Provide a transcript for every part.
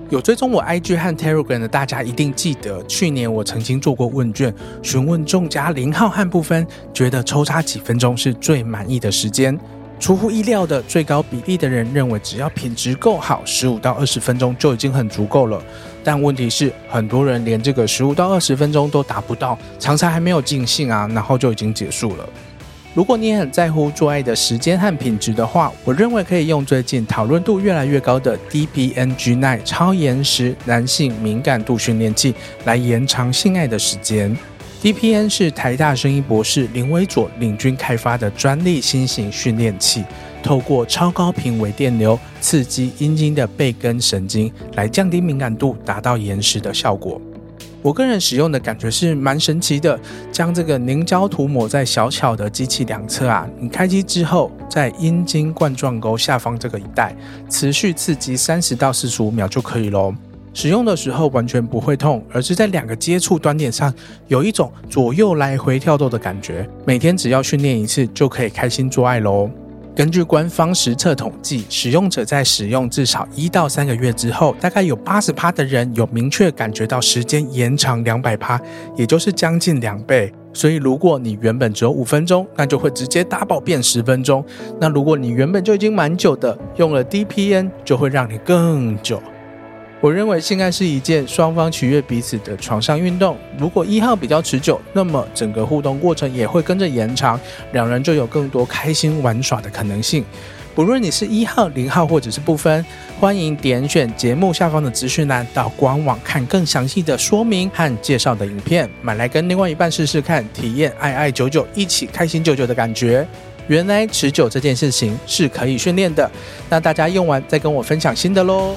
有追踪我 IG 和 Telegram 的大家一定记得，去年我曾经做过问卷，询问众家0号和不分，觉得抽插几分钟是最满意的时间。出乎意料的，最高比例的人认为只要品质够好，15到20分钟就已经很足够了。但问题是，很多人连这个15到20分钟都达不到，常常还没有尽兴啊，然后就已经结束了。如果你也很在乎做爱的时间和品质的话，我认为可以用最近讨论度越来越高的 DPN-G9 超延时男性敏感度训练器来延长性爱的时间。DPN 是台大生医博士林威佐领军开发的专利新型训练器，透过超高频微电流刺激阴茎的背根神经，来降低敏感度，达到延时的效果。我个人使用的感觉是蛮神奇的，将这个凝胶涂抹在小巧的机器两侧啊，你开机之后，在阴茎冠状沟下方这个一带，持续刺激30到45秒就可以咯。使用的时候完全不会痛，而是在2个接触端点上有一种左右来回跳动的感觉。每天只要训练一次就可以开心做爱咯。根据官方实测统计，使用者在使用至少1到3个月之后，大概有 80% 的人有明确感觉到时间延长 200%， 也就是将近2倍。所以如果你原本只有5分钟，那就会直接打爆变10分钟。那如果你原本就已经蛮久的，用了 DPN 就会让你更久。我认为性爱是一件双方取悦彼此的床上运动，如果1号比较持久，那么整个互动过程也会跟着延长，两人就有更多开心玩耍的可能性。不论你是1号、0号或者是不分，欢迎点选节目下方的资讯栏到官网看更详细的说明和介绍的影片，买来跟另外一半试试看，体验爱爱久久一起开心久久的感觉。原来持久这件事情是可以训练的，那大家用完再跟我分享新的咯。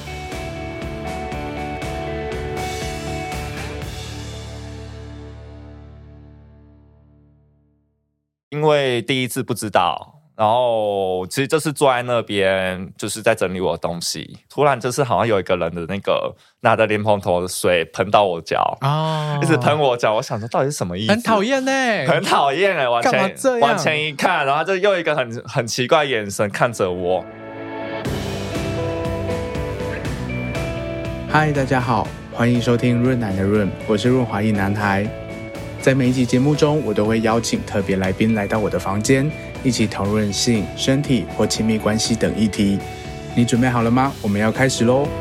因为第一次不知道，然后其实就是坐在那边就是在整理我的东西，突然就是好像有一个人的那个拿着莲蓬头的水喷到我脚，一直喷我脚，我想说到底是什么意思？ 很讨厌欸， 很讨厌欸，往前一看，然后就又一个很奇怪的眼神看着我。 嗨，大家好，欢迎收听润男的润，我是润滑液男孩。在每一集节目中，我都会邀请特别来宾来到我的房间，一起讨论性、身体或亲密关系等议题。你准备好了吗？我们要开始咯。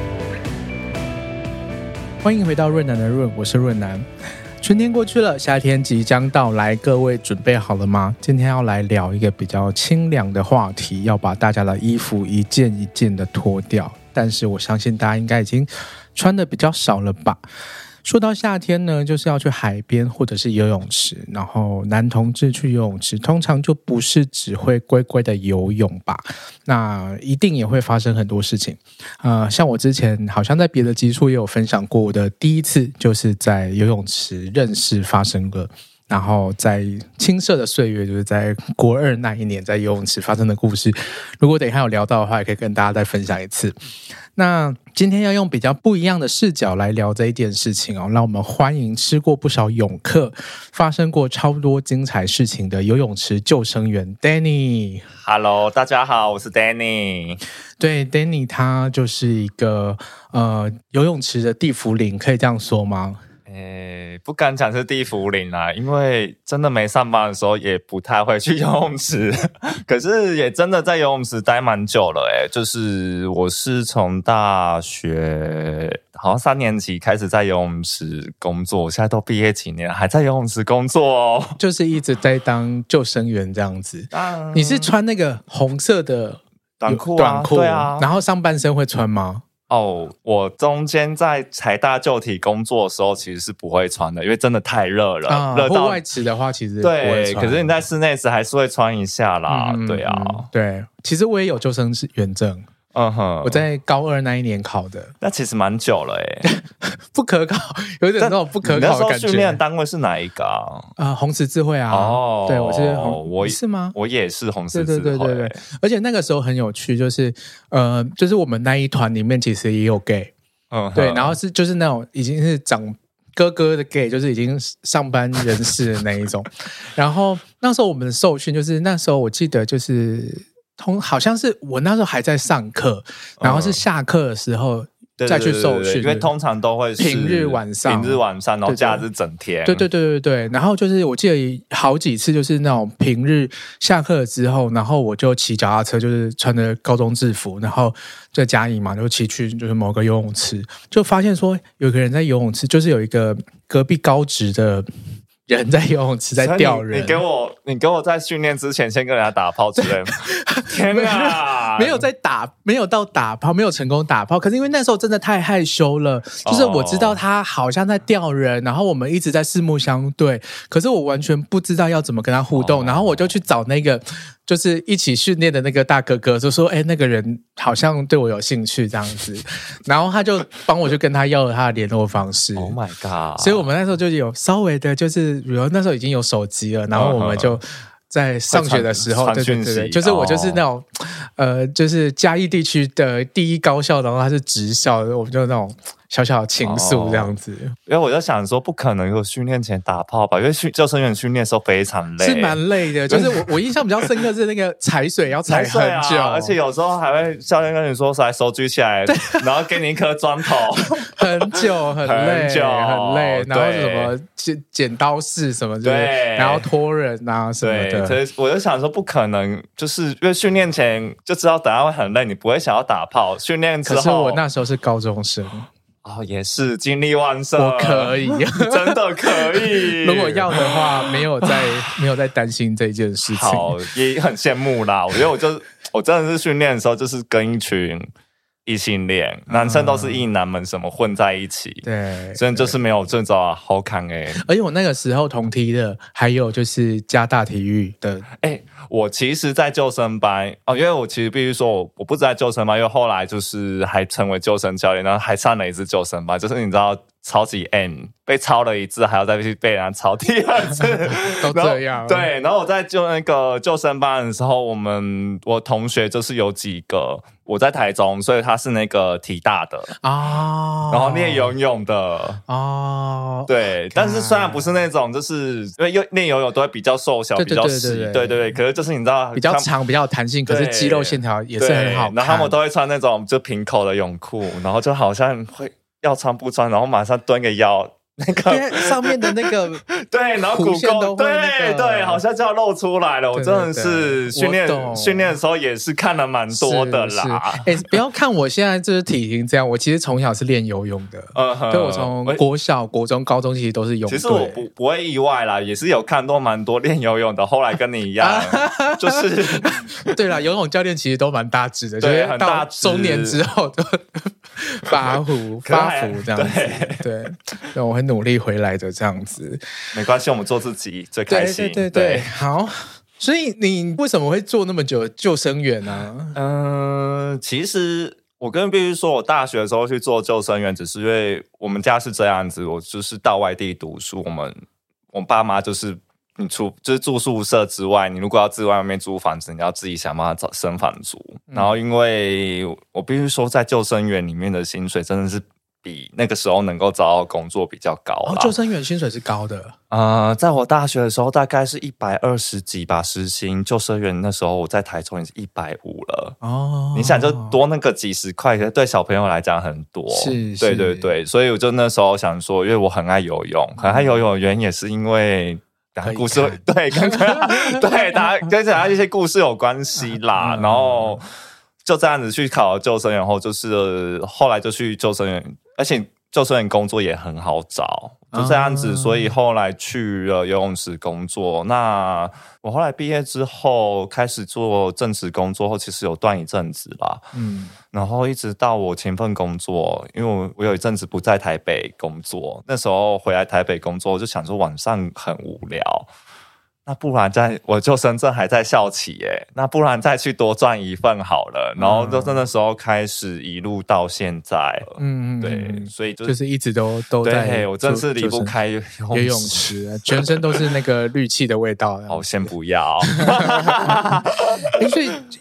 欢迎回到润男的润，我是润男。春天过去了，夏天即将到来，各位准备好了吗？今天要来聊一个比较清凉的话题，要把大家的衣服一件一件的脱掉。但是我相信大家应该已经穿的比较少了吧。说到夏天呢，就是要去海边或者是游泳池，然后男同志去游泳池通常就不是只会乖乖的游泳吧，那一定也会发生很多事情。像我之前好像在别的集数也有分享过，我的第一次就是在游泳池认识发生了，然后在青涩的岁月，就是在国2那一年在游泳池发生的故事，如果等一下有聊到的话，也可以跟大家再分享一次。那今天要用比较不一样的视角来聊这一件事情哦，让我们欢迎吃过不少泳课，发生过超多精彩事情的游泳池救生员 Danny。Hello， 大家好，我是 Danny。 对 ，Danny 他就是一个游泳池的地茯苓，可以这样说吗？ 不敢讲是地茯苓啦，因为真的没上班的时候也不太会去游泳池，可是也真的在游泳池待蛮久了就是我是从大学好像3年级开始在游泳池工作，我现在都毕业几年还在游泳池工作哦， 就是一直在当救生员这样子。你是穿那个红色的短裤对啊，然后上半身会穿吗？ 我中间在台大救体工作的时候其实是不会穿的，因为真的太热了，热到户外池的话其实不会穿， 对，可是你在室内池还是会穿一下啦，对啊， 对，其实我也有救生员证，我在高2那一年考的， 那其实蛮久了不可考，有点那种不可考的感觉。 你那时候训练单位是哪一个红十字会啊。对，我是我是吗？ 我也是红十字会。 对，而且那个时候很有趣，就是就是我们那一团里面其实也有 gay，对，然后就是那种已经是长哥哥的 gay， 就是已经上班人士的那一种。然后那时候我们的受训，就是那时候我记得就是好像是我那时候还在上课，然后是下课的时候。 再去受训， 因为通常都会是平日晚上， 然后假日整天。 对。然后就是我记得好几次就是那种平日下课之后，然后我就骑脚踏车，就是穿着高中制服，然后在嘉义嘛，就骑去就是某个游泳池，就发现说有个人在游泳池，就是有一个隔壁高职的人在游泳池在钓人。 你给我在训练之前先跟人家打炮之类的。天啊， 没有到打炮，没有成功打炮。可是因为那时候真的太害羞了，就是我知道他好像在钓人，然后我们一直在四目相对，可是我完全不知道要怎么跟他互动，然后我就去找那个就是一起训练的那个大哥哥，就说那个人好像对我有兴趣这样子，然后他就帮我去跟他要了他的联络方式。 Oh my god！ 所以我们那时候就有稍微的，就是比如那时候已经有手机了，然后我们就在上学的时候，对，就是我就是那种就是嘉义地区的第一高校，然后他是职校，我们就那种小小的情愫这样子。 因为我就想说，不可能有训练前打炮吧？因为救生员训练的时候非常累， 是蛮累的。就是我印象比较深刻是那个踩水要踩很久， 而且有时候还会教练跟你说来手举起来，然后给你一颗砖头， 很久很累，然后什么剪刀式什么，对，然后拖人啊什么的。 所以我就想说，不可能，就是因为训练前就知道等下会很累，你不会想要打炮。训练之后， 可是我那时候是高中生。 也是精力旺盛， 我可以， 真的可以。 如果要的话，没有在担心这件事情。 好，也很羡慕啦。我觉得我真的是训练的时候，就是跟一群异性恋男生都是异男们什么混在一起， 对， 真的就是没有这种好看而且我那个时候同梯的，还有就是加大体育的， 我其实，在救生班因为我其实必须说，我不止在救生班，因为后来就是还成为救生教练，然后还上了一次救生班，就是你知道超级 N 被抄了一次，还要再去被人家抄第二次， 都这样。 对，然后我在那个救生班的时候，我同学就是有几个，我在台中，所以他是那个体大的然后练游泳的对，但是虽然不是那种，就是因为练游泳都会比较瘦小，比较细，对，可是就是你知道比较长、比较有弹性，可是肌肉线条也是很好看。 然后他们都会穿那种就平口的泳裤，然后就好像会要穿不穿，然后马上蹲个腰。那个上面的那个对，然后骨沟对，好像就要露出来了。我真的是训练的时候也是看了蛮多的啦。 不要看我现在就是体型这样，我其实从小是练游泳的。对，我从国小、国中、高中其实都是泳队。 其实我不会意外啦，也是有看到蛮多练游泳的，后来跟你一样，就是对啦，游泳教练其实都蛮大只的，就是到中年之后都发福这样子。对，我很努力回来的这样子， 没关系，我们做自己最开心。 对，好。所以你为什么会做那么久救生员呢？ 其实我必须说，我大学的时候去做救生员，只是因为我们家是这样子，我就是到外地读书，我爸妈就是就是住宿舍之外，你如果要自外面租房子，你要自己想办法找生房租。然后因为我必须说，在救生员里面的薪水真的是比那个时候能够找到工作比较高啦。 救生员薪水是高的。 在我大学的时候大概是120几吧，时薪。救生员那时候我在台中也是150了。你想就多那个几十块，可是对小朋友来讲很多。 是， 对，所以我就那时候想说，因为我很爱游泳，很爱游泳的原因也是因为故事跟大家跟一些故事有关系啦。然后就这样子去考救生员后，就是后来就去救生员，而且救生员工作也很好找，就这样子，所以后来去了游泳池工作。那我后来毕业之后开始做正职工作后，其实有断一阵子啦。然后一直到我前份工作，因为我有一阵子不在台北工作，那时候回来台北工作，我就想说晚上很无聊。那不然我救生证还在校期那不然再去多赚一份好了。然后就那时候开始一路到现在。对，所以就是一直都在。对，我真是离不开游泳池， 全身都是那个氯气的味道。 好，先不要。 所以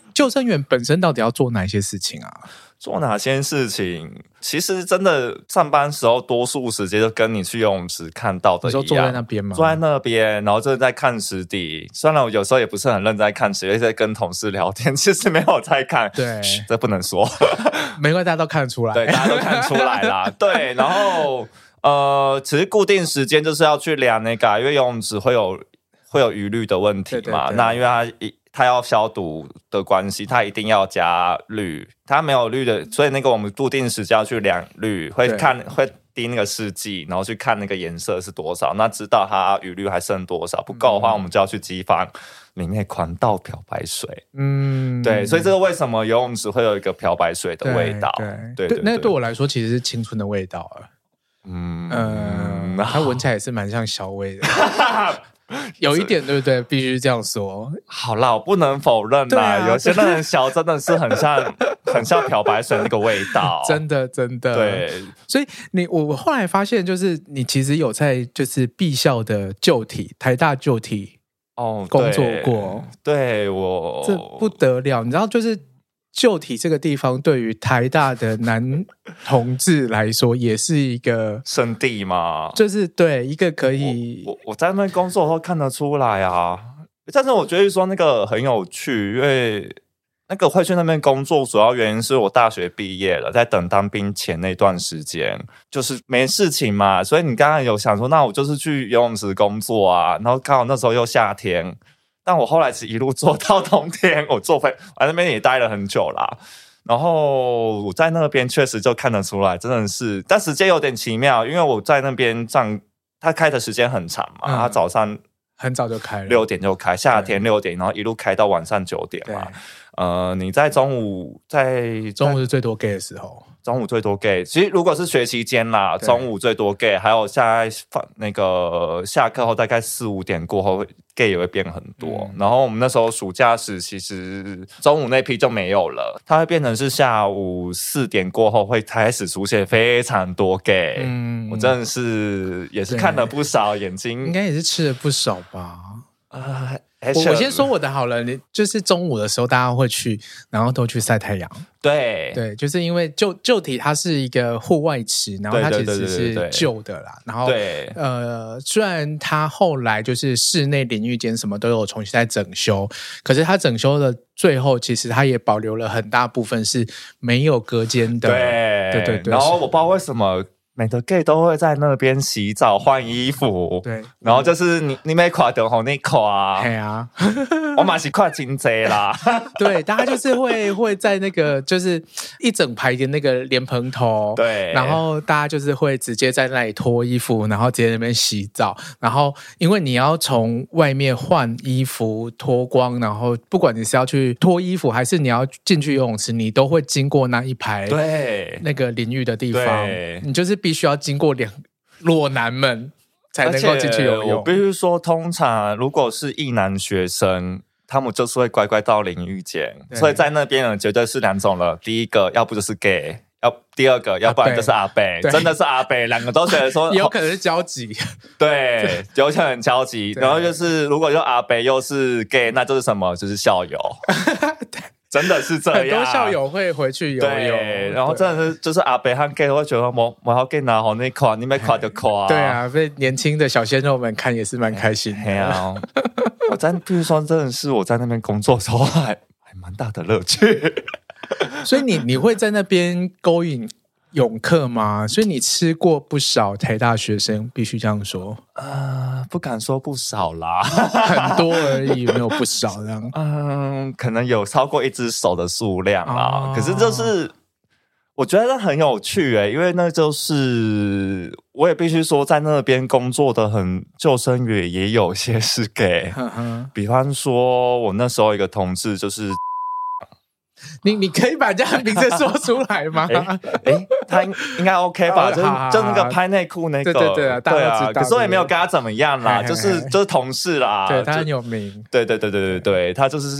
救生员本身到底要做哪些事情啊？ 做哪些事情？其实真的上班时候多数时间就跟你去游泳池看到的一样， 你说坐在那边吗？ 坐在那边，然后真的在看池底。虽然我有时候也不是很认真在看池底，在跟同事聊天，其实没有在看。 对， 这不能说， 没关系，大家都看得出来。 对，大家都看出来啦。对，然后其实固定时间就是要去量那个，因为游泳池会有余氯的问题嘛。对，那因为它要消毒的关系，它一定要加氯，它没有氯的，所以那个我们固定时间要去量氯，会滴那个试剂，然后去看那个颜色是多少，那知道它余氯还剩多少，不够的话，我们就要去机房里面狂倒漂白水。对，所以这个为什么游泳池会有一个漂白水的味道？对， 那对我来说其实是青春的味道啊。它闻起来也是蛮像小味的。有一点对不对？必须这样说。好啦，我不能否认啦，有些人小真的是很像漂白水那个味道， 真的。对，所以我后来发现，就是你其实有在就是毕校的旧体台大旧体工作过。 对， 这不得了，你知道就是。旧体这个地方对于台大的男同志来说也是一个圣地嘛， 就是对一个可以我在那边工作的时候看得出来啊。但是我觉得说那个很有趣，因为那个会去那边工作主要原因是我大学毕业了，在等当兵前那段时间就是没事情嘛，所以你刚刚有想说那我就是去游泳池工作啊，然后刚好那时候又夏天，但我后来是一路做到冬天，我那边也待了很久啦。然后我在那边确实就看得出来，真的是，但时间有点奇妙，因为我在那边他开的时间很长嘛，他早上很早就开了 ，6点就开，夏天6点，然后一路开到晚上9点嘛。你在中午是最多 gay 的时候。 中午最多 gay， 其实如果是学期间啦，中午最多 gay， 还有那个下课后大概4、5点过后 gay 也会变很多。然后我们那时候暑假时，其实中午那批就没有了，它会变成是下午4点过后会开始出现非常多 gay。我真的是也是看了不少，眼睛应该也是吃了不少吧。我先说我的好了，就是中午的时候大家会去，然后都去晒太阳。 对， 就是因为旧体它是一个户外池，然后它其实是旧的啦。然后虽然它后来就是室内淋浴间什么都有重新在整修，可是它整修的最后，其实它也保留了很大部分是没有隔间的。对。 然后我不知道为什么。每个 gay 都会在那边洗澡换衣服， 对， 然后就是你没看到红你看啊， 对啊， 我嘛是看真多啦， 对，大家就是会在那个就是一整排的那个莲蓬头， 对， 然后大家就是会直接在那里脱衣服，然后直接在那边洗澡，然后因为你要从外面换衣服脱光，然后不管你是要去脱衣服还是你要进去游泳池，你都会经过那一排对那个淋浴的地方，你就是必须要经过裸男们才能够进去游泳。 我必须说，通常如果是异男学生，他们就是会乖乖到淋浴间，所以在那边呢，绝对是2种了。第一个，要不就是 gay， 第二个，要不然就是阿伯，真的是阿伯，两个都觉得说有可能是交集， 对，有可能交集。然后就是如果又阿伯又是 gay， 那就是什么？就是校友。真的是这样， 很多校友会回去游泳， 对，然后真的是就是阿伯和 gay 会觉得我要 gay 拿好那夸，你没夸就夸， 对啊，被年轻的小鲜肉们看也是蛮开心的。 比如说真的是我在那边工作的时候还蛮大的乐趣。 所以你会在那边勾引泳客吗？所以你吃过不少台大学生，必须这样说。 不敢说不少啦， 很多而已，没有不少这样。 可能有超过1只手的数量啦。可是就是我觉得很有趣因为那就是我也必须说，在那边工作的救生员也有些是 gay。比方说，我那时候一个同事就是。 你可以把人家的名字说出来吗？ 他应该 OK 吧？就那个拍内裤那个， 对啊，大家都知道。 可是我也没有跟他怎么样啦，就是同事啦。 对，他很有名。 对，他就是，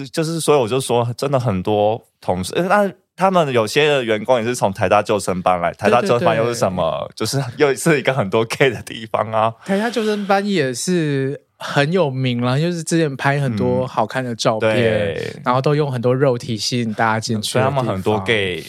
所以我就说，真的很多同事，那他们有些的员工也是从台大救生班来，台大救生班又是什么？就是又是一个很多 gay 的地方啊。 台大救生班也是。 很有名了，就是之前拍很多好看的照片，然后都用很多肉体吸引大家进去的地方。 所以他们很多 gay，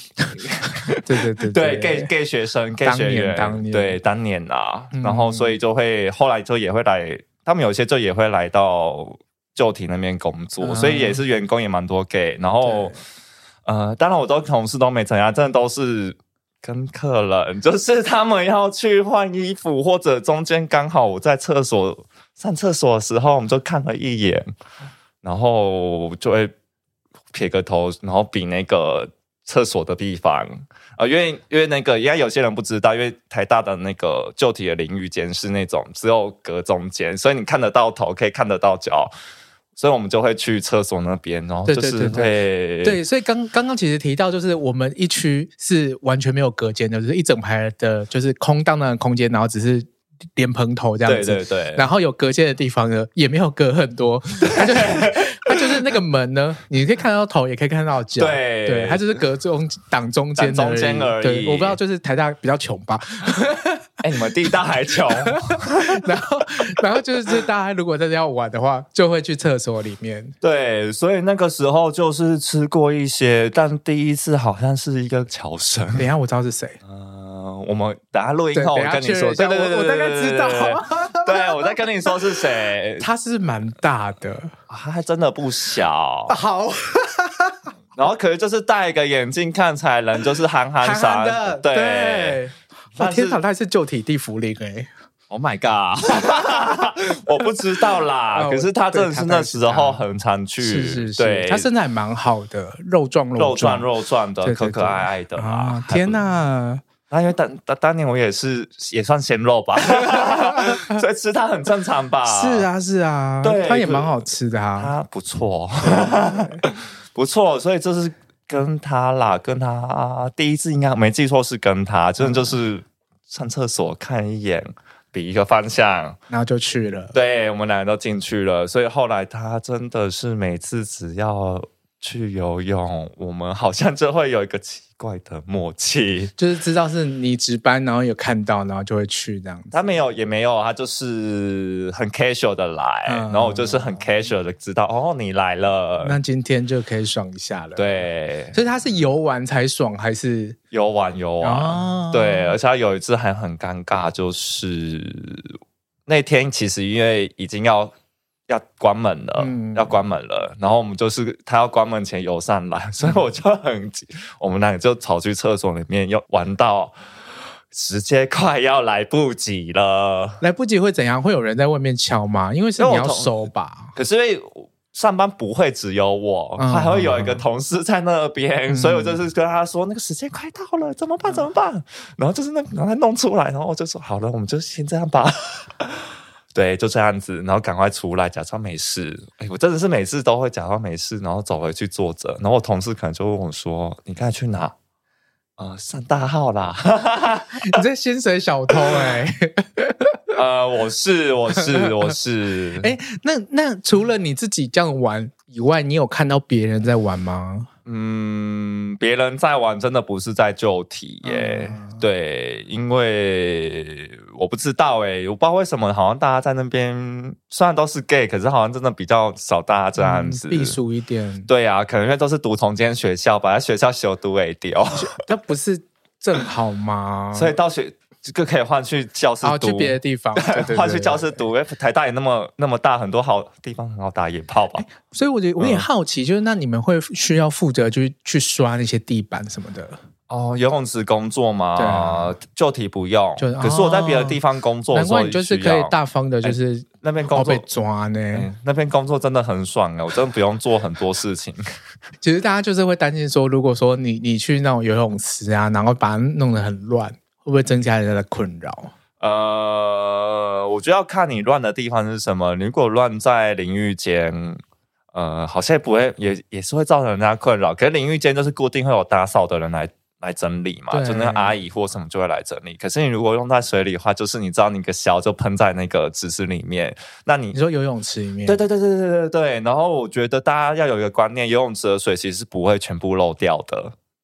对 gay 学生 gay 学员，对当年啊，然后所以就会后来就也会来，他们有些就也会来到旧体那边工作，所以也是员工也蛮多 gay， 然后当然我都同事都没怎样，真的都是跟客人，就是他们要去换衣服，或者中间刚好我在厕所上厕所的时候，我们就看了一眼，然后就会撇个头，然后比那个厕所的地方，因为那个应该有些人不知道，因为台大的那个旧体的淋浴间是那种只有隔中间，所以你看得到头，可以看得到脚。所以我们就会去厕所那边，然后就是会对，所以刚刚其实提到，就是我们一区是完全没有隔间的，就是一整排的，就是空荡荡的空间，然后只是莲蓬头这样子。对。然后有隔间的地方呢，也没有隔很多，它就是那个门呢，你可以看到头，也可以看到脚。对，它就是隔挡中间而已。对，我不知道，就是台大比较穷吧。 你们地大还穷。 然后就是大家如果真的要玩的话，就会去厕所里面。 对，所以那个时候就是吃过一些，但第一次好像是一个侨生。 等一下我知道是谁。 我们等下录音后我跟你说。对， 我大概知道。 对，我再跟你说是谁。 他是蛮大的， 他还真的不小。 好。 然后可是就是戴一个眼镜，看起来人就是憨憨傻的。对。天哪，他是旧体地茯苓 ！Oh my god！ 我不知道啦，可是他真的是那时候很常去， 是， 对， 他身材蛮好的，肉壮的， 可可爱爱的啊！ 天哪！ 因为当年我也算鲜肉吧，所以吃它很正常吧？ 是啊，对，它也蛮好吃的啊， 它不错，不错，所以这是。跟他第一次应该没记错是跟他，真的就是上厕所看一眼，比一个方向， 然后就去了。 对，我们两个都进去了，所以后来他真的是每次只要去游泳，我们好像就会有一个奇怪的默契， 就是知道是你值班，然后有看到，然后就会去这样子。 他也没有，他就是很 casual 的来，然后我就是很 casual 的知道你来了， 那今天就可以爽一下了。 对， 所以他是游玩才爽，还是游玩？对，而且他有一次还很尴尬，就是那天其实因为已经要关门了，然后我们就是他要关门前游上来，所以我就我们两个就跑去厕所里面，又玩到时间快要来不及了。 来不及会怎样？会有人在外面敲吗？因为是你要收吧。 可是因为上班不会只有我，还会有一个同事在那边，所以我就是跟他说那个时间快到了，怎么办？然后就是然后他弄出来，然后我就说好了，我们就先这样吧。对，就这样子，然后赶快出来，假装没事。我真的是每次都会假装没事，然后走回去坐着。然后我同事可能就问我说：“你刚才去哪？”上大号啦！ 你这薪水小偷我是。 那除了你自己这样玩以外，你有看到别人在玩吗？ 别人在玩真的不是在旧体耶，对，因为我不知道我不知道为什么，好像大家在那边虽然都是 gay， 可是好像真的比较少大家这样子， 避暑一点。 对啊，可能因为都是读同间学校吧，在学校修读丢， 那不是正好吗？ 所以到这个可以换去教室读， 去别的地方， 换去教室读。因为台大也那么大，很多好地方很好打野炮吧。 所以我也好奇，就是那你们会需要负责去刷那些地板什么的？ 游泳池工作吗？旧体不用，可是我在别的地方工作的时候， 难怪你就是可以大方的，就是那边工作被抓呢。 那边工作真的很爽我真的不用做很多事情。 其实大家就是会担心说，如果说你去那种游泳池啊，然后把它弄得很乱，会不会增加人家的困扰？ 我觉得要看你乱的地方是什么。你如果乱在淋浴间，好像不会，也是会造成人家困扰。可是淋浴间就是固定会有打扫的人来整理嘛，就那个阿姨或什么就会来整理。可是你如果用在水里的话，就是你知道你个小就喷在那个池子里面，那你说游泳池里面， 对。然后我觉得大家要有一个观念，游泳池的水其实是不会全部漏掉的。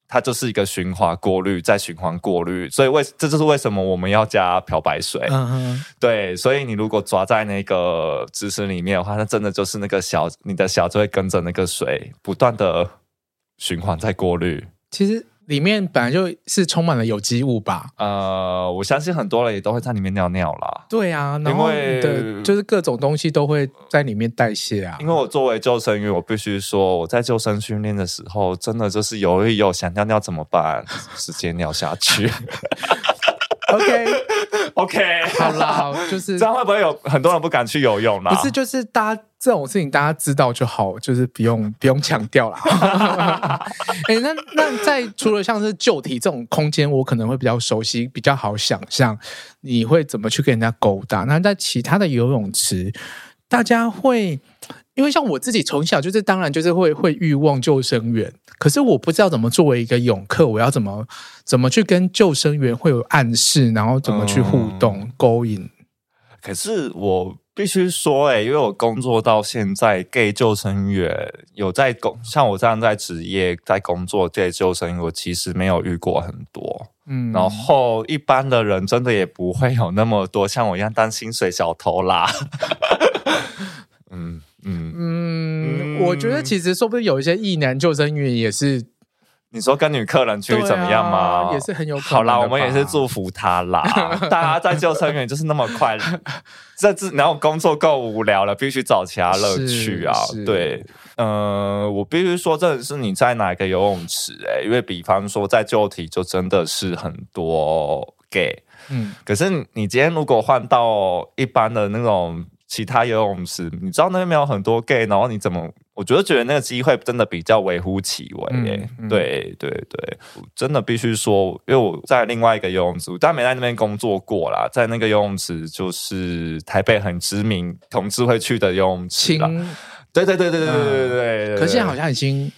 它就是一个循环过滤再循环过滤，所以这就是为什么我们要加漂白水。对，所以你如果抓在那个芝士里面的话，那真的就是那个你的小就会跟着那个水不断的循环再过滤。 其实里面本来就是充满了有机物吧？ 我相信很多人也都会在里面尿尿啦。 对啊，然后就是各种东西都会在里面代谢啊。 因为我作为救生员，我必须说，我在救生训练的时候，真的就是游一游想尿尿怎么办？直接尿下去。OK， 好啦，就是这样会不会有很多人不敢去游泳啦？ 不是，就是大家这种事情大家知道就好，就是不用强调啦。那在除了像是救体这种空间，我可能会比较熟悉，比较好想象你会怎么去跟人家勾搭。那在其他的游泳池，大家会。因为像我自己从小就是当然就是会欲望救生员，可是我不知道怎么作为一个泳客，我要怎么去跟救生员会有暗示，然后怎么去互动勾引。 可是我必须说因为我工作到现在 gay 救生员有像我这样在职业在工作 gay 救生员，我其实没有遇过很多。然后一般的人真的也不会有那么多像我一样当薪水小偷啦。 我觉得其实说不定有一些异男救生员也是， 你说跟女客人去怎么样吗？ 也是很有可能。 好啦，我们也是祝福他啦。大家在救生员就是那么快乐，然后工作够无聊了，必须找其他乐趣啊。对，我必须说，真的是你在哪个游泳池因为比方说在救体就真的是很多 gay，可是你今天如果换到一般的那种。其他游泳池，你知道那边没有很多 gay， 然后你我觉得那个机会真的比较微乎其微对，真的必须说，因为我在另外一个游泳池，但没在那边工作过啦，在那个游泳池就是台北很知名同志会去的游泳池啦。对， 可是现在好像已经。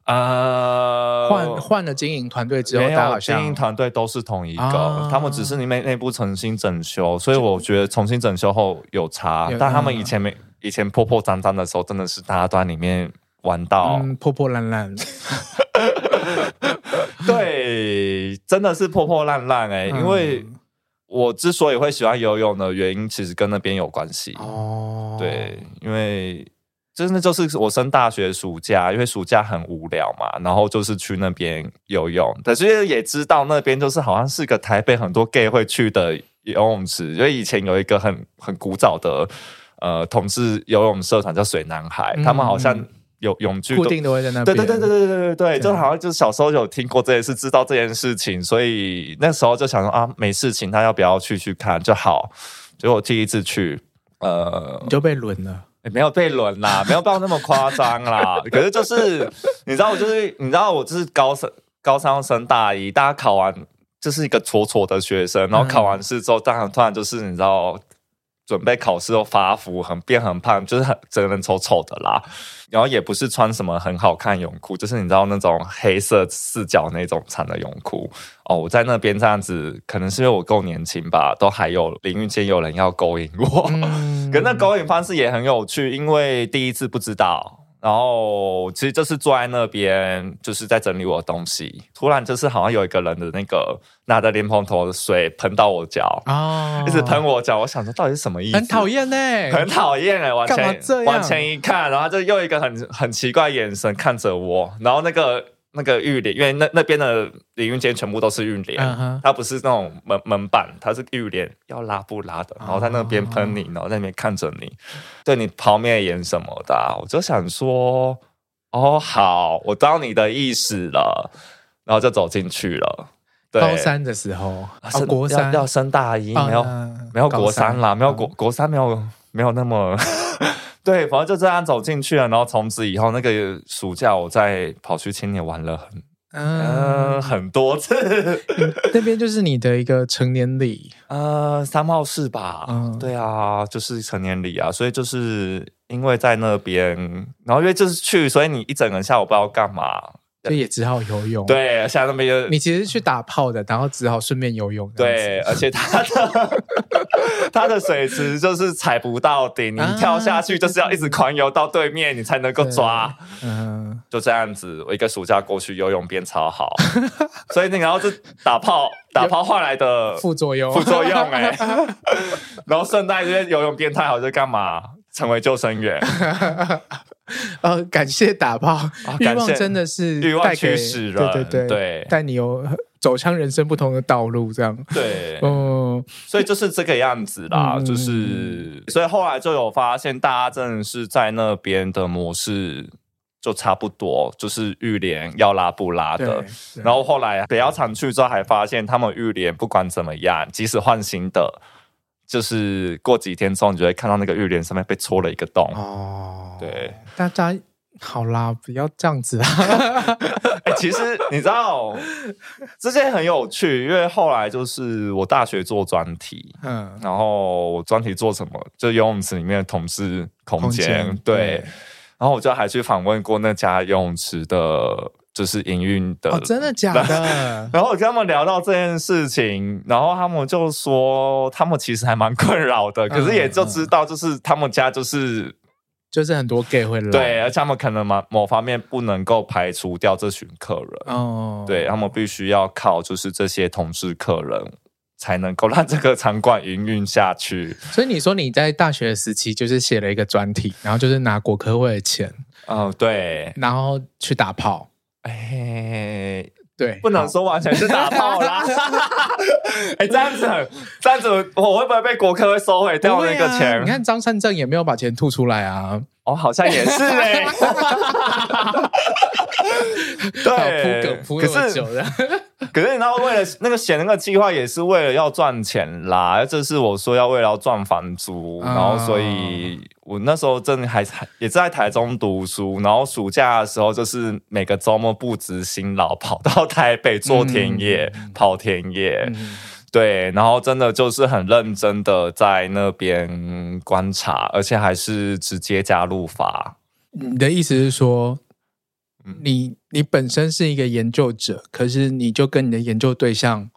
换了经营团队之后， 没有经营团队都是同一个，他们只是内部重新整修，所以我觉得重新整修后有差，但他们以前破破脏脏的时候，真的是大家都在里面玩到破破烂烂。 对，真的是破破烂烂因为我之所以会喜欢游泳的原因，其实跟那边有关系对，因为。真的就是我升大学暑假，因为暑假很无聊嘛，然后就是去那边游泳。但是也知道那边就是好像是个台北很多 gay 会去的游泳池，因为以前有一个很古早的同志游泳社团叫水男孩，他们好像有泳剧固定都会在那边。 对，就好像就是小时候有听过这件事，知道这件事情，所以那时候就想说没事情，他要不要去看就好。结果我第一次去， 你就被轮了。 没有被轮啦，没有到那么夸张啦。可是就是你知道我就是高三升大一，大家考完就是一个挫的学生，然后考完试之后，当然突然就是你知道准备考试又发福，变很胖，就是整个人丑丑的啦。然后也不是穿什么很好看泳裤，就是你知道那种黑色四角那种长的泳裤。我在那边这样子，可能是因为我够年轻吧，都还有淋浴间有人要勾引我。可是那勾引方式也很有趣，因为第一次不知道。然后其实就是坐在那边，就是在整理我的东西。突然就是好像有一个人的那个拿着莲蓬头的水喷到我脚，一直喷我脚。我想说到底是什么意思？ 很讨厌很讨厌干嘛这样？ 往前一看，然后就用一个很奇怪的眼神看着我，然后那个浴帘，因为那边的淋浴间全部都是浴帘，它不是那种门板，它是浴帘，要拉不拉的，然后在那边喷你，然后在那边看着你，对你抛媚眼什么的我就想说，好，我知道你的意思了，然后就走进去了。对， 高三的时候，国三要升大一，没有国三啦，没有国三没有那么。对，反正就这样走进去了，然后从此以后，那个暑假我再跑去青年玩了很多次。 那边就是你的一个成年礼 ，3号是吧？对啊，就是成年礼啊，所以就是因为在那边，然后因为就是去，所以你一整个下午不知道干嘛， 就也只好游泳。 对，现在那边就你其实去打炮的，然后只好顺便游泳。 对，而且它的水池就是踩不到底，你跳下去就是要一直狂游到对面，你才能够抓。就这样子，我一个暑假过去游泳变超好，所以你然后是打炮换来的副作用然后顺带因为游泳变太好，就干嘛成为救生员。 感谢打炮，欲望真的是欲望驱使人，对， 带你有走向人生不同的道路，这样对，所以就是这个样子啦，就是所以后来就有发现，大家真的是在那边的模式就差不多，就是浴帘要拉不拉的。然后后来北澳常去之后，还发现他们浴帘不管怎么样，即使换新的，就是过几天之后，你就会看到那个浴帘上面被戳了一个洞。对， 大家好啦，不要这样子啦。 其实你知道，这件很有趣，因为后来就是我大学做专题，然后我专题做什么？就游泳池里面的同志空间，对。然后我就还去访问过那家游泳池的，就是营运的。真的假的？然后我跟他们聊到这件事情，然后他们就说，他们其实还蛮困扰的，可是也就知道，就是他们家就是很多 gay 会来， 对，而且他们可能某方面不能够排除掉这群客人，对，他们必须要靠就是这些同志客人才能够让这个场馆营运下去。 所以你说你在大学时期就是写了一个专题，然后就是拿国科会的钱， 对， 然后去打炮，对， 不能说完全是打炮啦。这样子我会不会被国科会收回掉那个钱？ 你看张善政也没有把钱吐出来啊。 好像也是对， 铺那么久的。 可是你知道，为了那个写那个计划，也是为了要赚钱啦。这是我说要为了要赚房租，然后所以我那时候真的也在台中读书，然后暑假的时候就是每个周末不辞辛劳跑到台北做田野，跑田野。对，然后真的就是很认真的在那边观察，而且还是直接加入法。 你的意思是说，你本身是一个研究者，可是你就跟你的研究对象，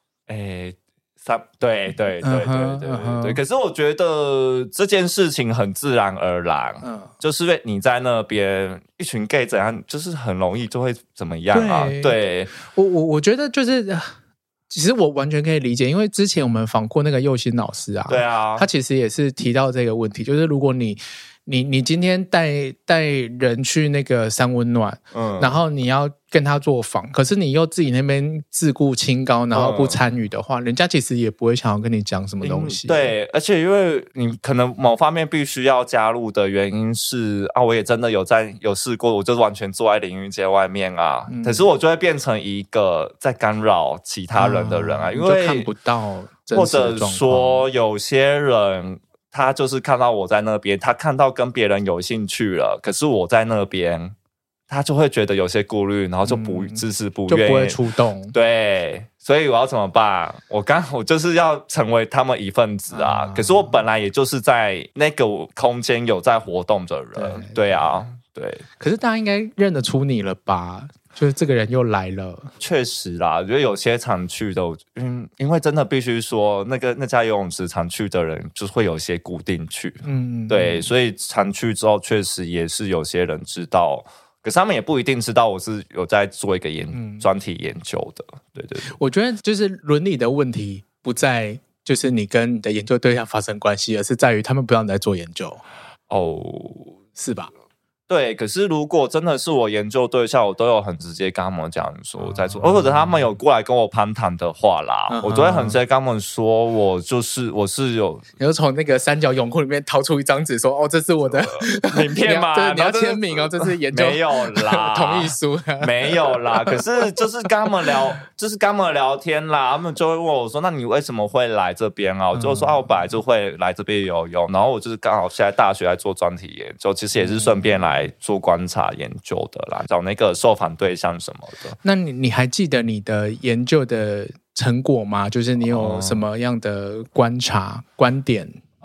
对，可是我觉得这件事情很自然而然，就是因为你在那边一群 gay 怎样，就是很容易就会怎么样啊？对， 我觉得就是。其实我完全可以理解，因为之前我们访过那个佑新老师啊， 对啊， 他其实也是提到这个问题，就是如果你今天带人去那个三温暖，然后你要跟他做访，可是你又自己那边自顾清高，然后不参与的话，人家其实也不会想要跟你讲什么东西。 对，而且因为你可能某方面必须要加入的原因是我也真的有试过，我就完全坐在淋浴间外面啊，可是我就会变成一个在干扰其他人的人啊，因为就看不到真或实的状况， 者说有些人。他就是看到我在那边，他看到跟别人有兴趣了，可是我在那边，他就会觉得有些顾虑，然后就不支持，不愿意， 就不会出动。 对，所以我要怎么办？我就是要成为他们一份子啊！可是我本来也就是在那个空间有在活动的人，对啊，对。 可是大家应该认得出你了吧？就是这个人又来了， 确实啦，我觉得有些常去的，因为真的必须说，那家游泳池常去的人，就会有些固定去，对，所以常去之后，确实也是有些人知道，可是他们也不一定知道我是有在做一个专题研究的，对。 我觉得就是伦理的问题不在就是你跟你的研究对象发生关系，而是在于他们不知道你在做研究，是吧？ 对，可是如果真的是我研究对象，我都有很直接跟他们讲说我在做，或者他们有过来跟我攀谈的话啦，我都会很直接跟他们说，我是有， 你就从那个三角泳裤里面掏出一张纸，说这是我的名片嘛， 你要签名这是研究没有啦， 同意书没有啦，可是就是跟他们聊天啦，他们就会问我说，那你为什么会来这边啊？我就说我本来就会来这边游泳，然后我就是刚好现在大学在做专题研究，其实也是顺便来做观察研究的啦，找那个受访对象什么的。 那你还记得你的研究的成果吗？就是你有什么样的观察观点？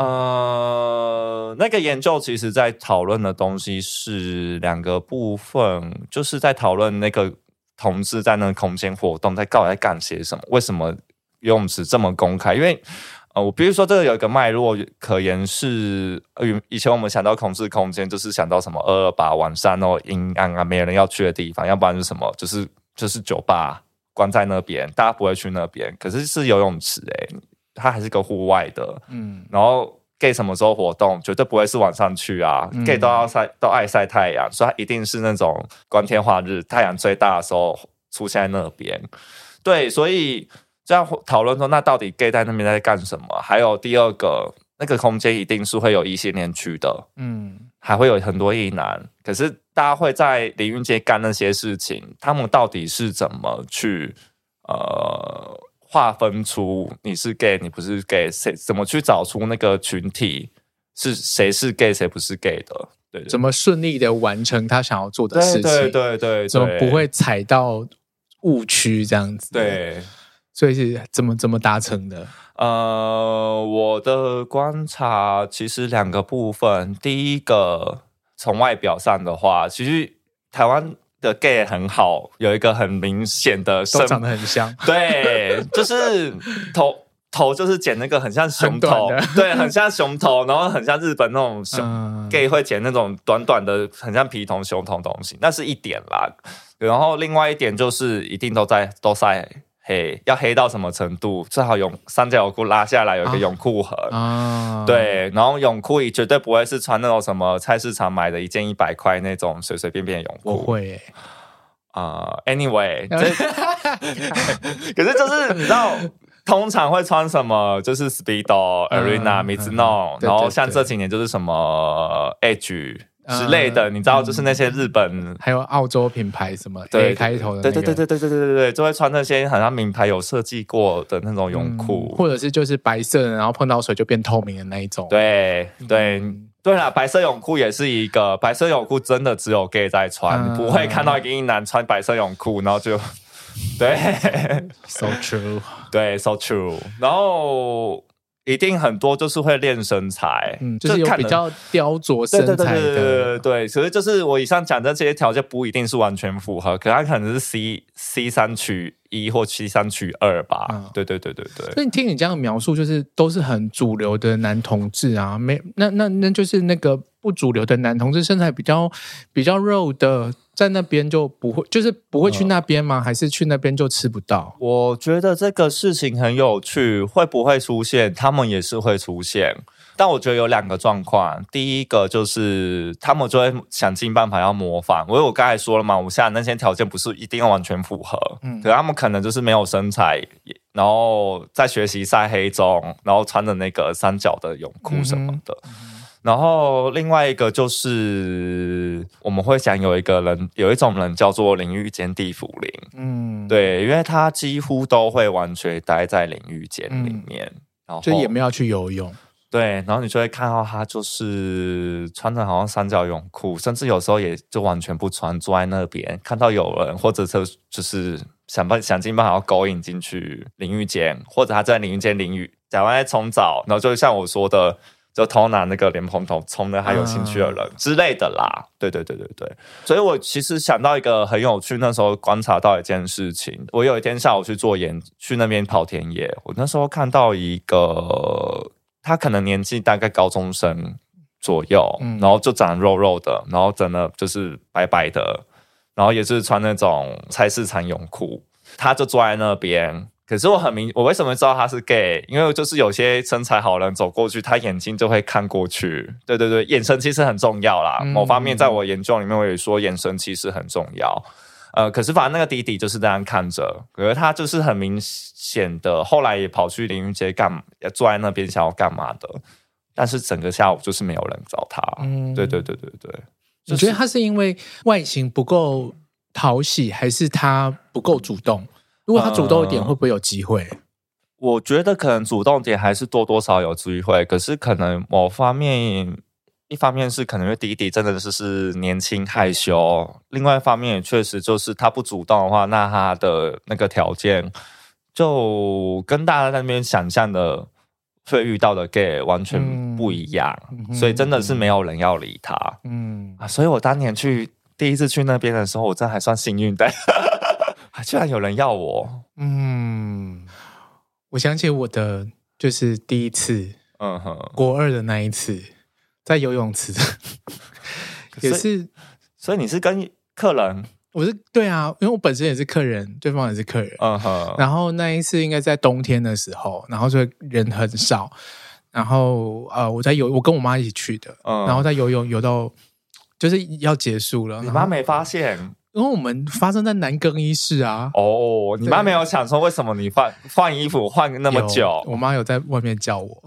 那个研究其实在讨论的东西是两个部分，就是在讨论那个同志在那个空间活动到底在干些什么，为什么游泳池这么公开？因为我比如说这个有一个脉络可言是，以前我们想到同志空间就是想到什么228晚上然后阴暗啊，没人要去的地方，要不然是什么就是酒吧关在那边，大家不会去那边，可是是游泳池它还是个户外的，然后 gay 什么时候活动，绝对不会是晚上去啊，gay 都爱晒太阳，所以它一定是那种光天化日，太阳最大的时候出现在那边。对，所以这样讨论说，那到底 gay 在那边在干什么？还有第二个，那个空间一定是会有异性恋区的，还会有很多异男，可是大家会在淋浴间干那些事情，他们到底是怎么去划分出你是 gay 你不是 gay， 怎么去找出那个群体是谁是 gay 谁不是 gay 的，对， 怎么顺利的完成他想要做的事情， 对， 怎么不会踩到误区这样子， 对， 所以是怎么达成的？ 我的观察其实两个部分，第一个从外表上的话，其实台湾的 gay 很好，有一个很明显的都长得很像， 对，就是头就是剪那个很像熊头，对，很像熊头，然后很像日本那种gay 会剪那种短短的很像皮筒熊头东西，那是一点啦。然后另外一点就是一定都晒黑，要黑到什么程度？最好三角泳裤拉下来有一个泳裤痕，对，然后泳裤也绝对不会是穿那种什么菜市场买的一件100块那种随随便便的泳裤。 我会 anyway， 可是就是你知道，通常会穿什么？就是 Speedo、Arena、Mizuno，然后像这几年就是什么 Edge。之类的，你知道，就是那些日本还有澳洲品牌什么 A 开头的， 对，就会穿那些好像名牌有设计过的那种泳裤， 或者是就是白色的，然后碰到水就变透明的那一种。 对啦，白色泳裤也是一个，白色泳裤真的只有 gay 在穿，你不会看到一个异男穿白色泳裤，然后就对 ，so true， 对 ，so true， 然后。一定很多就是会练身材， 就是有比较雕琢身材的， 对，所以就是我以上讲的这些条件不一定是完全符合，可它可能是 C3 取1或 C3 取2吧，对。 所以听你这样描述，就是都是很主流的男同志啊，那就是那个不主流的男同志身材比较肉的。在那边就不会，就是不会去那边吗？还是去那边就吃不到？ 我觉得这个事情很有趣，会不会出现？他们也是会出现，但我觉得有两个状况。第一个就是他们就会想尽办法要模仿，因为我刚才说了嘛，我现在那些条件不是一定要完全符合，可他们可能就是没有身材，然后在学习晒黑中，然后穿着那个三角的泳裤什么的。然后另外一个就是我们会讲有一种人叫做淋浴间地府灵，对，因为他几乎都会完全待在淋浴间里面，然后就也没有去游泳， 对，然后你就会看到他就是穿着好像三角泳裤，甚至有时候也就完全不穿，坐在那边看到有人，或者就是想尽办法要勾引进去淋浴间，或者他在淋浴间淋浴，假如在冲澡，然后就像我说的。就偷拿那个莲蓬头冲了他有兴趣的人之类的啦，对，所以我其实想到一个很有趣，那时候观察到一件事情，我有一天下午去那边跑田野，我那时候看到一个他可能年纪大概高中生左右，然后就长肉肉的，然后整的就是白白的，然后也是穿那种菜市场泳裤，他就坐在那边。可是我为什么知道他是 gay？ 因为就是有些身材好的人走过去，他眼睛就会看过去。对，眼神其实很重要啦。某方面，在我研究里面，我也说眼神其实很重要。可是反正那个弟弟就是这样看着，可是他就是很明显的，后来也跑去淋浴间坐在那边想要干嘛的。但是整个下午就是没有人找他。对。 你觉得他是因为外形不够讨喜，还是他不够主动？如果他主动一点，会不会有机会？ 我觉得可能主动点还是多多少有机会，可是可能某方面，一方面是可能因为弟弟真的是年轻害羞，另外一方面也确实就是他不主动的话，那他的那个条件就跟大家在那边想象的会遇到的 gay 完全不一样，所以真的是没有人要理他。所以我当年第一次去那边的时候，我真的还算幸运的，居然有人要我。 我想起我的就是第一次，国2的那一次，在游泳池也是， 所以你是跟客人？ 对啊，因为我本身也是客人，对方也是客人。然后那一次应该在冬天的时候，然后所以人很少，然后我跟我妈一起去的，然后在游泳游到就是要结束了， 你妈没发现？ 因为我们发生在男更衣室啊。 你妈没有想说为什么你换衣服换那么久？ 我妈有在外面叫我。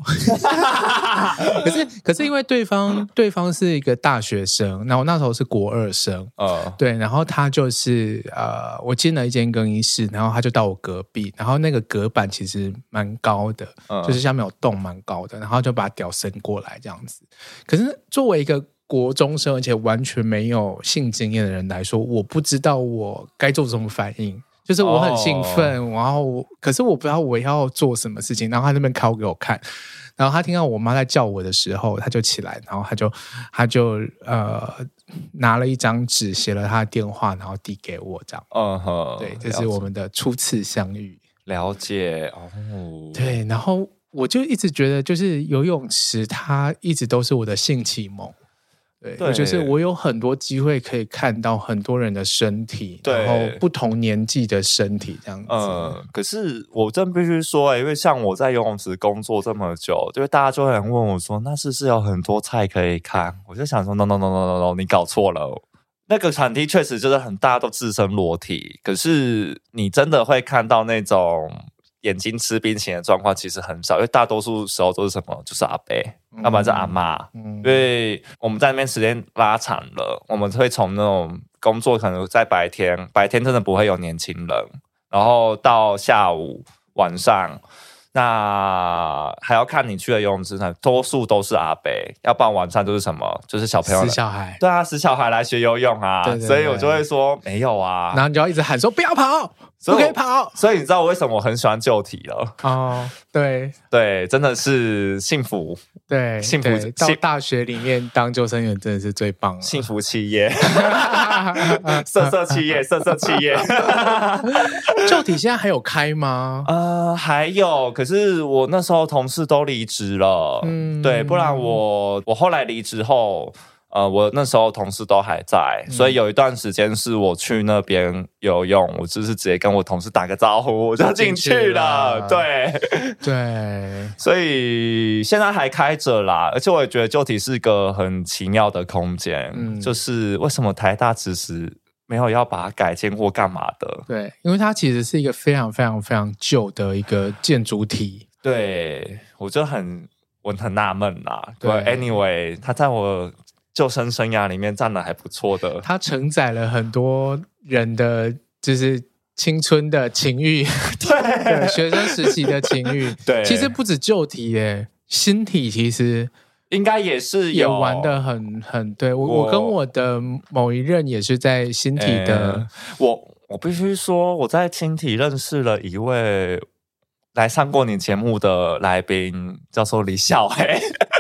可是因为对方是一个大学生，然后那时候是国2生，对，然后他就是我进了一间更衣室，然后他就到我隔壁，然后那个隔板其实蛮高的，就是下面有洞蛮高的，然后就把屌伸过来这样子。可是作为一个国中生而且完全没有性经验的人来说，我不知道我该做什么反应，就是我很兴奋，然后可是我不知道我要做什么事情，然后他那边考给我看，然后他听到我妈在叫我的时候，他就起来，然后他就拿了一张纸写了他的电话，然后递给我这样。对，这是我们的初次相遇。 了解对，然后我就一直觉得就是游泳池它一直都是我的性启蒙。对，就是我有很多机会可以看到很多人的身体，然后不同年纪的身体这样子。 可是我真必须说，因为像我在游泳池工作这么久，就是大家就会问我说，那是不是有很多菜可以看？我就想说 no， 你搞错了。那个场地确实就是大家都自身裸体，可是你真的会看到那种眼睛吃冰淇淋的状况其实很少，因为大多数时候都是什么，就是阿伯，要不然是阿嬷。因为我们在那边时间拉长了，我们会从那种工作可能在白天真的不会有年轻人，然后到下午晚上，那还要看你去的游泳池，多数都是阿伯，要不然晚上就是什么，就是小朋友， 死小孩。 对啊，死小孩来学游泳啊。对，所以我就会说没有啊， 然后你就要一直喊说不要跑，不可以跑。 所以你知道我为什么我很喜欢救体了？对，真的是幸福。 对， 幸福。 到大学里面当救生员真的是最棒了， 幸福企业，色企业。 救体现在还有开吗？ 还有，可是我那时候同事都离职了，对，不然我后来离职后。我那时候同事都还在，所以有一段时间是我去那边游泳，我就是直接跟我同事打个招呼，我就进去了。对，所以现在还开着啦，而且我也觉得救体是个很奇妙的空间，就是为什么台大其实没有要把它改建或干嘛的？ 对，因为它其实是一个非常非常非常旧的一个建筑体。 对，我很纳闷啦。对 ，anyway， 它在我救生生涯里面占了还不错的， 它承载了很多人的就是青春的情欲，对，学生时期的情欲，对，其实不止旧体耶，新体其实应该也是也玩得很对。我跟我的某一任也是在新体的， 我必须说我在新体认识了一位来上过你节目的来宾，叫做李孝黑。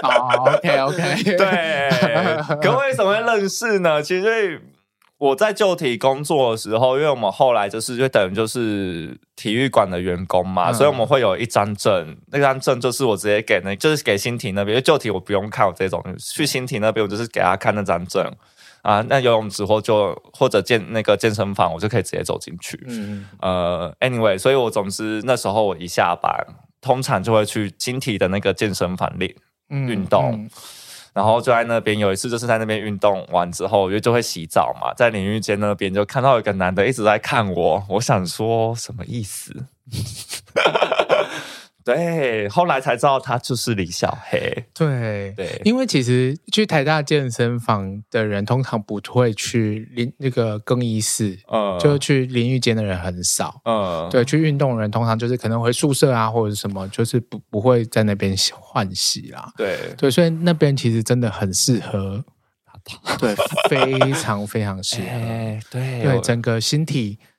OK， 对，可为什么会认识呢？其实我在旧体工作的时候，因为我们后来就等于就是体育馆的员工嘛，所以我们会有一张证，那张证就是我直接就是给新体那边，因为旧体我不用看，我这种去新体那边我就是给他看那张证啊，那游泳池或者那个健身房，我就可以直接走进去。anyway， 所以我总之那时候我一下班，通常就会去新体的那个健身房运动，然后就在那边有一次就是在那边运动完之后，就会洗澡嘛，在淋浴间那边就看到一个男的一直在看我，我想说什么意思？对，后来才知道他就是李小黑。 对，因为其实去台大健身房的人通常不会去那个更衣室，就去淋浴间的人很少。对，去运动的人通常就是可能回宿舍啊或者什么，就是不会在那边换洗啦。对，所以那边其实真的很适合，对，非常非常适合。对，整个新体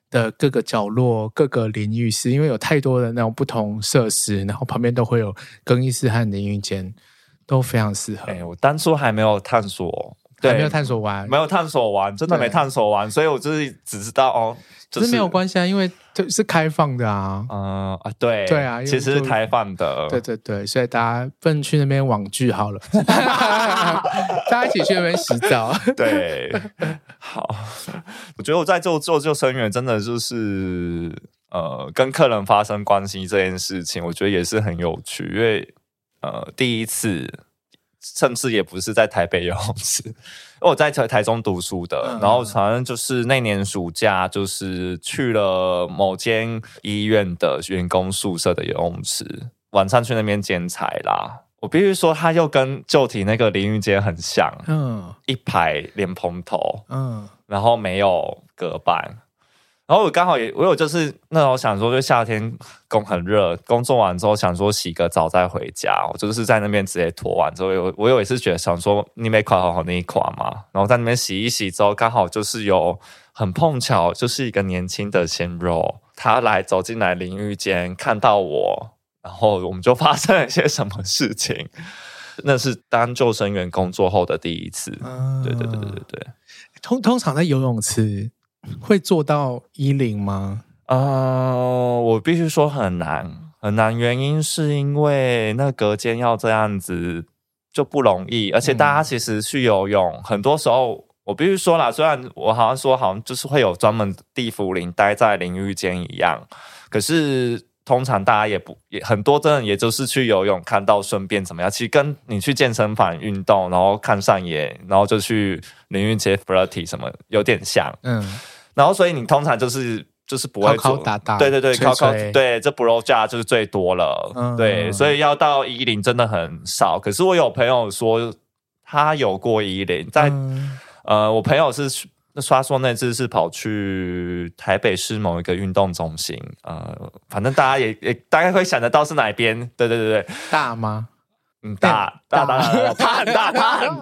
的各个角落、各个淋浴室，因为有太多的那种不同设施，然后旁边都会有更衣室和淋浴间，都非常适合。 我当初还没有探索。对， 还没有探索完， 没有探索完，真的没探索完，所以我就是只知道哦， 就是没有关系啊，因为是开放的啊。 对对啊， 其实是开放的， 对对对，所以大家不能去那边网剧好了，大家一起去那边洗澡。 对，好，我觉得我在做救生员，真的就是跟客人发生关系这件事情，我觉得也是很有趣，因为第一次。甚至也不是在台北游泳池，因为我在台中读书的，然后反正就是那年暑假，就是去了某间医院的员工宿舍的游泳池，晚上去那边兼差啦。我必须说，它又跟旧体那个淋浴间很像，一排莲蓬头，然后没有隔板。然后我刚好我有就是那时候想说，就夏天很热，工作完之后想说洗个澡再回家，我就是在那边直接脱完之后，我有一次觉得想说你没垮好那一垮嘛，然后在那边洗一洗之后，刚好就是有很碰巧就是一个年轻的鲜肉，他走进来淋浴间看到我，然后我们就发生了一些什么事情。那是当救生员工作后的第一次。对对对对对对。 通常在游泳池会做到10吗？ 我必须说很难很难，原因是因为那隔间要这样子就不容易，而且大家其实去游泳，很多时候我必须说啦，虽然我好像就是会有专门地茯苓待在淋浴间一样，可是通常大家也很多真的也就是去游泳看到顺便怎么样，其实跟你去健身房运动然后看上眼然后就去淋浴间 flirty 什么有点像。然后所以你通常就是不会做敲打打， 对对对， 吹吹对，这 bro 价就是最多了。对，所以要到10真的很少。可是我有朋友说他有过10，在我朋友是他说那次是跑去台北市某一个运动中心，反正大家也大概会想得到是哪边。对对对对， 大吗？ 大，他很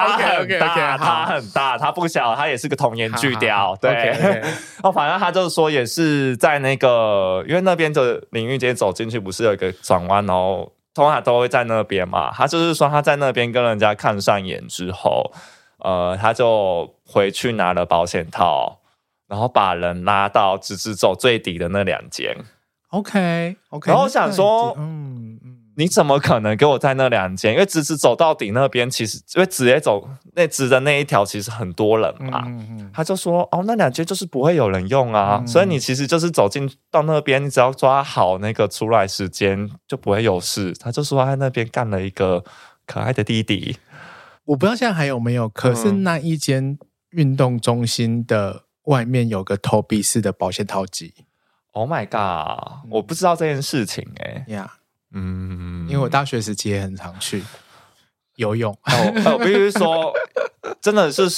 大，他不小，他也是个童颜巨雕。对，反正他就是说也是在那个，因为那边的淋浴间走进去不是有一个转弯，然后通常都会在那边嘛。他就是说他在那边跟人家看上眼之后，他就回去拿了保险套，然后把人拉到直直走最底的那2间。 OK， 然后我想说，你怎么可能给我在那2间？因为直直走到底那边，其实因为直接走那直的那一条，其实很多人嘛。他就说那2间就是不会有人用啊，所以你其实就是走进到那边，你只要抓好那个出来时间，就不会有事。他就说他在那边干了一个可爱的弟弟。 我不知道现在还有没有，可是那一间运动中心的外面有个投币式的保险套机。 Oh my god！ 我不知道这件事情因为我大学时期也很常去游泳。 我必须说，真的就是，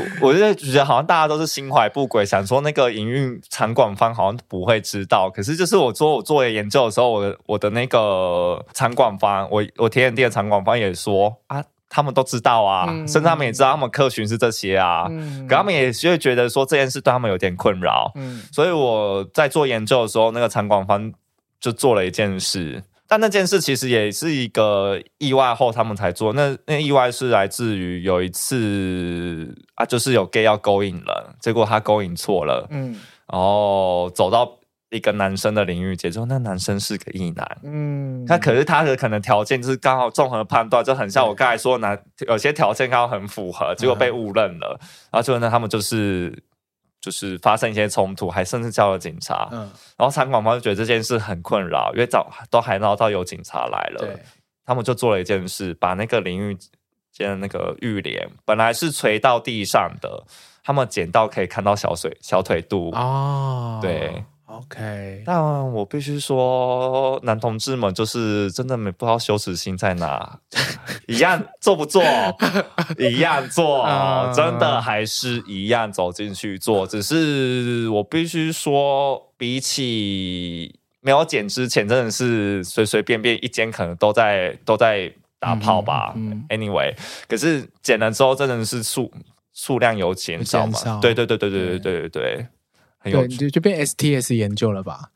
我就觉得好像大家都是心怀不轨，想说那个营运场馆方好像不会知道。可是就是我做研究的时候，我的那个场馆方，我田野地的场馆方也说啊。他们都知道啊，甚至他们也知道他们客群是这些啊，可他们也会觉得说这件事对他们有点困扰，所以我在做研究的时候，那个场馆方就做了一件事，但那件事其实也是一个意外后他们才做，那意外是来自于有一次就是有 gay 要勾引人，结果他勾引错了，然后走到一个男生的淋浴间之后，那男生是个异男，可是他的可能条件就是刚好综合判断，就很像我刚才说的有些条件刚好很符合，结果被误认了，然后最后呢他们就是发生一些冲突，还甚至叫了警察，然后场馆方就觉得这件事很困扰，因为都还闹到有警察来了，他们就做了一件事，把那个淋浴间的那个浴帘本来是垂到地上的，他们捡到可以看到小腿肚对。 OK， 但我必须说，男同志们就是真的不知道羞耻心在哪，一样做不做，一样做，真的还是一样走进去做。只是我必须说，比起没有剪之前，真的是随随便便一间可能都在打炮吧。Anyway， 可是剪了之后，真的是数量有减少嘛？对。 很有趣， 对，就变 STS 研究了吧？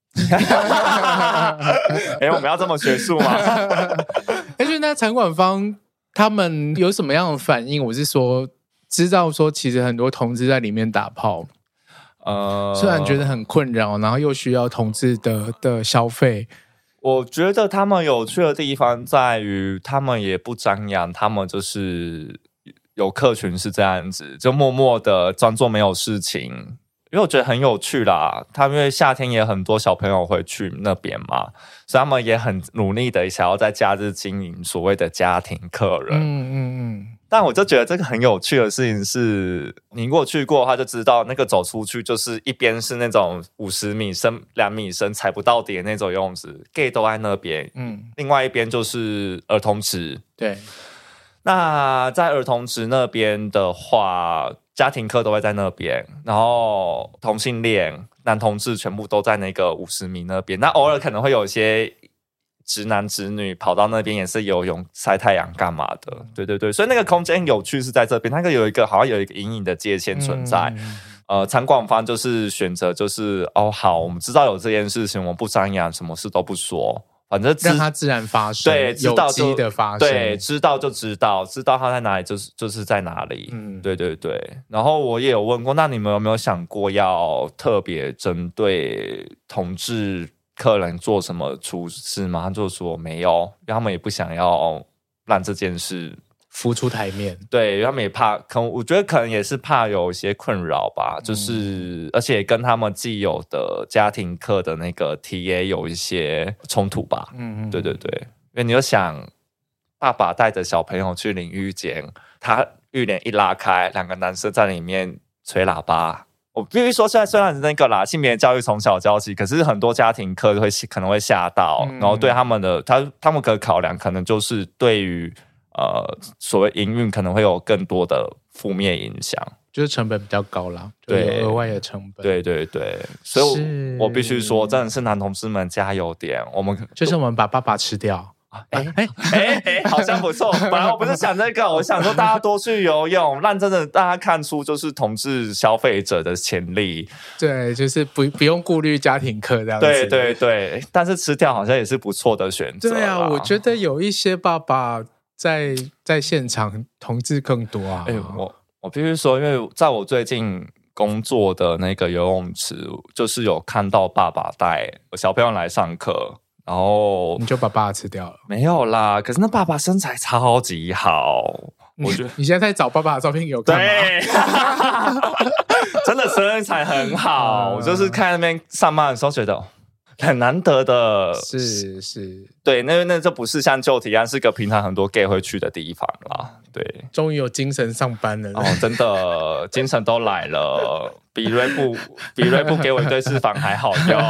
我们要这么学术吗？ 而且那场馆方他们有什么样的反应？我是说，知道说其实很多同志在里面打炮，虽然觉得很困扰，然后又需要同志的消费。 我觉得他们有趣的地方在于，他们也不张扬，他们就是有客群是这样子，就默默的装作没有事情。因为我觉得很有趣啦，他们因为夏天也很多小朋友会去那边嘛，所以他们也很努力的想要在假日经营所谓的家庭客人。但我就觉得这个很有趣的事情是，你如果去过的话就知道，那个走出去就是一边是那种50米深、2米深踩不到底的那种游泳池 ，gay 都在那边，另外一边就是儿童池。 对， 那在儿童池那边的话，家庭课都会在那边，然后同性恋、男同志全部都在那个50米那边。那偶尔可能会有一些直男直女跑到那边也是游泳、晒太阳干嘛的。对对对，所以那个空间有趣是在这边，它好像有一个隐隐的界限存在。场馆方就是选择就是好，我们知道有这件事情，我们不张扬，什么事都不说。反正让它自然发生， 对，知道就有机的发生， 对，知道就知道它在哪里就是在哪里，对对对。然后我也有问过，那你们有没有想过要特别针对同志客人做什么处事吗？他就说没有，因为他们也不想要让这件事浮出台面。 对，因为他们也怕，我觉得可能也是怕有一些困扰吧，就是而且跟他们既有的家庭课的那个 TA 有一些冲突吧。对对对，因为你就想，爸爸带着小朋友去淋浴间，他浴帘一拉开，2个男生在里面吹喇叭。我必须说，现在虽然是那个啦，性别教育从小教起，可是很多家庭课可能会吓到，然后对他们的他们可考量可能就是对于所谓营运可能会有更多的负面影响， 就是成本比较高啦，对，额外的成本。 对对对，所以我必须说，真的是男同志们加油点，我们把爸爸吃掉。 好像不错。本来我不是想这个，我想说大家多去游泳，让真的大家看出就是同志消费者的潜力。 对，就是不用顾虑家庭课这样子。 对对对，但是吃掉好像也是不错的选择。 对啊，我觉得有一些爸爸在现场同志更多啊。 我必须说，因为在我最近工作的那个游泳池，就是有看到爸爸带小朋友来上课。然后你就把爸爸吃掉了？ 没有啦，可是那爸爸身材超级好，我觉得你现在在找爸爸的照片给我看吗？ 对，真的身材很好。我就是看那边上班的时候觉得很难得的， 是， 对，那就不是像旧提案是个平常很多 gay 会去的地方啦。对， 终于有精神上班了。 真的精神都来了，比瑞布给我一对翅膀还好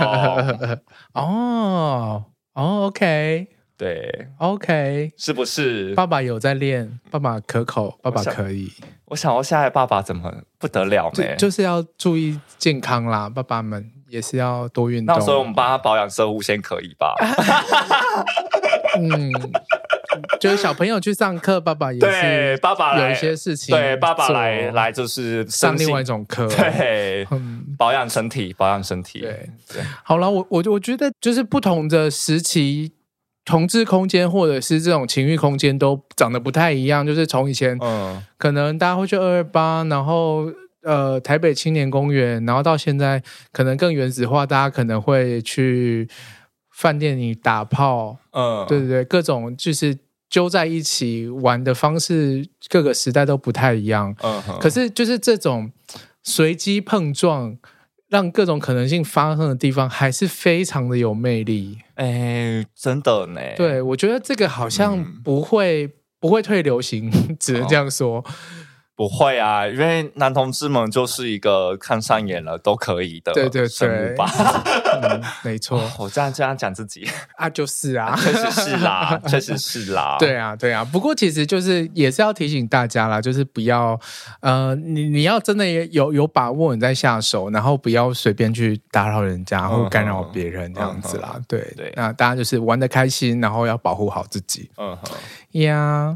用。 OK， 对 ，OK， 是不是？ 爸爸有在练，爸爸可口，爸爸可以。 我想现在爸爸怎么不得了呢？ 就是要注意健康啦，爸爸们也是要多运动。 那所以我们帮他保养射护线可以吧？ 就是小朋友去上课，爸爸也是对，爸爸有一些事情， 对，爸爸来就是上另外一种课， 对，保养身体。 对，好了，我觉得就是不同的时期，同志空间或者是这种情欲空间都长得不太一样。就是从以前，可能大家会去228，然后台北青年公园，然后到现在可能更原始化，大家可能会去饭店里打炮，对对对，各种就是揪在一起玩的方式，各个时代都不太一样。可是就是这种随机碰撞，让各种可能性发生的地方，还是非常的有魅力。 真的呢。 对，我觉得这个好像不会退流行，只能这样说。 不会啊，因为男同志们就是一个看上眼了都可以的生物吧。 没错。 我这样讲自己啊，就是啊， 确实是啦，确实是啦。 对啊，对啊。不过其实就是也是要提醒大家啦，就是不要你要真的有把握你再下手，然后不要随便去打扰人家或干扰别人这样子啦。对，那大家就是玩得开心，然后要保护好自己。呀。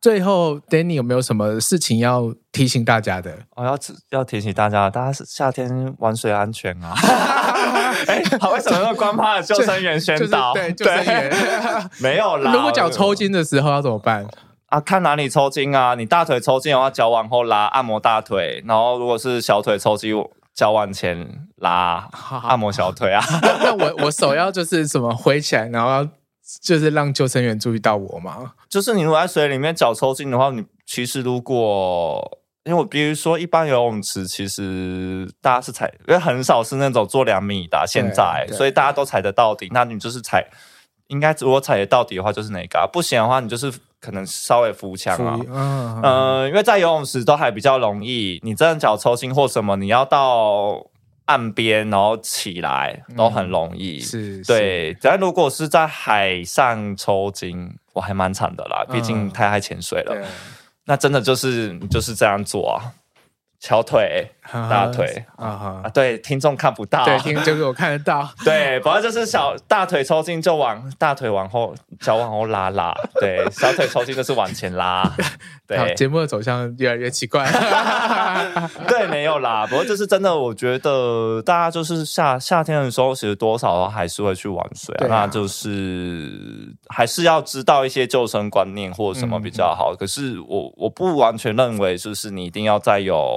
最后 Danny 有没有什么事情要提醒大家的？ 要提醒大家夏天玩水安全啊！为什么要官方的救生员宣导？ 对，救生员没有啦。 如果脚抽筋的时候要怎么办？ 看哪里抽筋啊？你大腿抽筋的话，脚往后拉，按摩大腿；然后如果是小腿抽筋，脚往前拉，按摩小腿啊。 那我手要就是什么挥起来，然后要就是让救生员注意到我吗？ 就是你如果在水里面脚抽筋的话，你其实如果因为我比如说一般游泳池，其实大家是因为很少是那种做2米的现在，所以大家都踩得到底。那你就是应该如果踩得到底的话，就是那个不行的话，你就是可能稍微扶墙啊。因为在游泳池都还比较容易，你真的脚抽筋或什么，你要到岸边然后起来都很容易。是，对。但如果是在海上抽筋，我还蛮惨的啦，毕竟太爱潜水了。那真的就是这样做啊。小腿、大腿对，听众看不到， 对，就是我看得到。 对，不然就是大腿抽筋就大腿往后，脚往后拉，对，小腿抽筋就是往前拉。对， 节目的走向越来越奇怪。 对，没有啦，不过就是真的，我觉得大家就是夏天的时候，其实多少还是会去玩水啊。那就是还是要知道一些救生观念或什么比较好。可是我不完全认为，就是你一定要在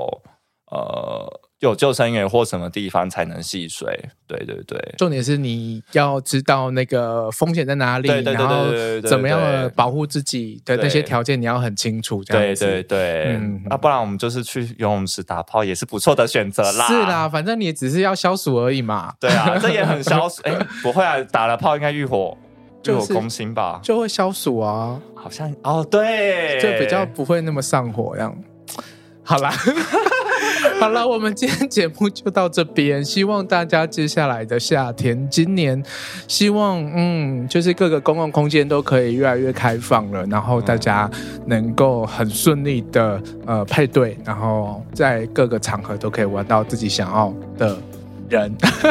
有救生员或什么地方才能戏水。对， 重点是你要知道那个风险在哪里，然后怎么样的保护自己的那些条件你要很清楚。这样子，对， 不然我们就是去游泳池打泡也是不错的选择啦。 是啦，反正你也只是要消暑而已嘛。 对啊，这也很消暑。不会啊，打了泡应该欲火攻心吧？ 就会消暑啊。 好像对， 就比较不会那么上火这样。好啦。好了，我们今天节目就到这边。希望大家接下来的夏天，今年希望就是各个公共空间都可以越来越开放了，然后大家能够很顺利的配对，然后在各个场合都可以玩到自己想要的人。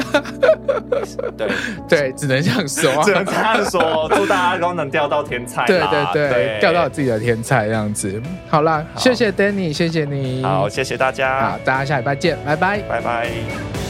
对，只能这样说， 只能这样说。祝大家都能钓到天菜啦。 对，钓到自己的天菜这样子。好啦，谢谢 Danny， 谢谢你。 好，谢谢大家。 好，大家下礼拜见，拜拜， 拜拜。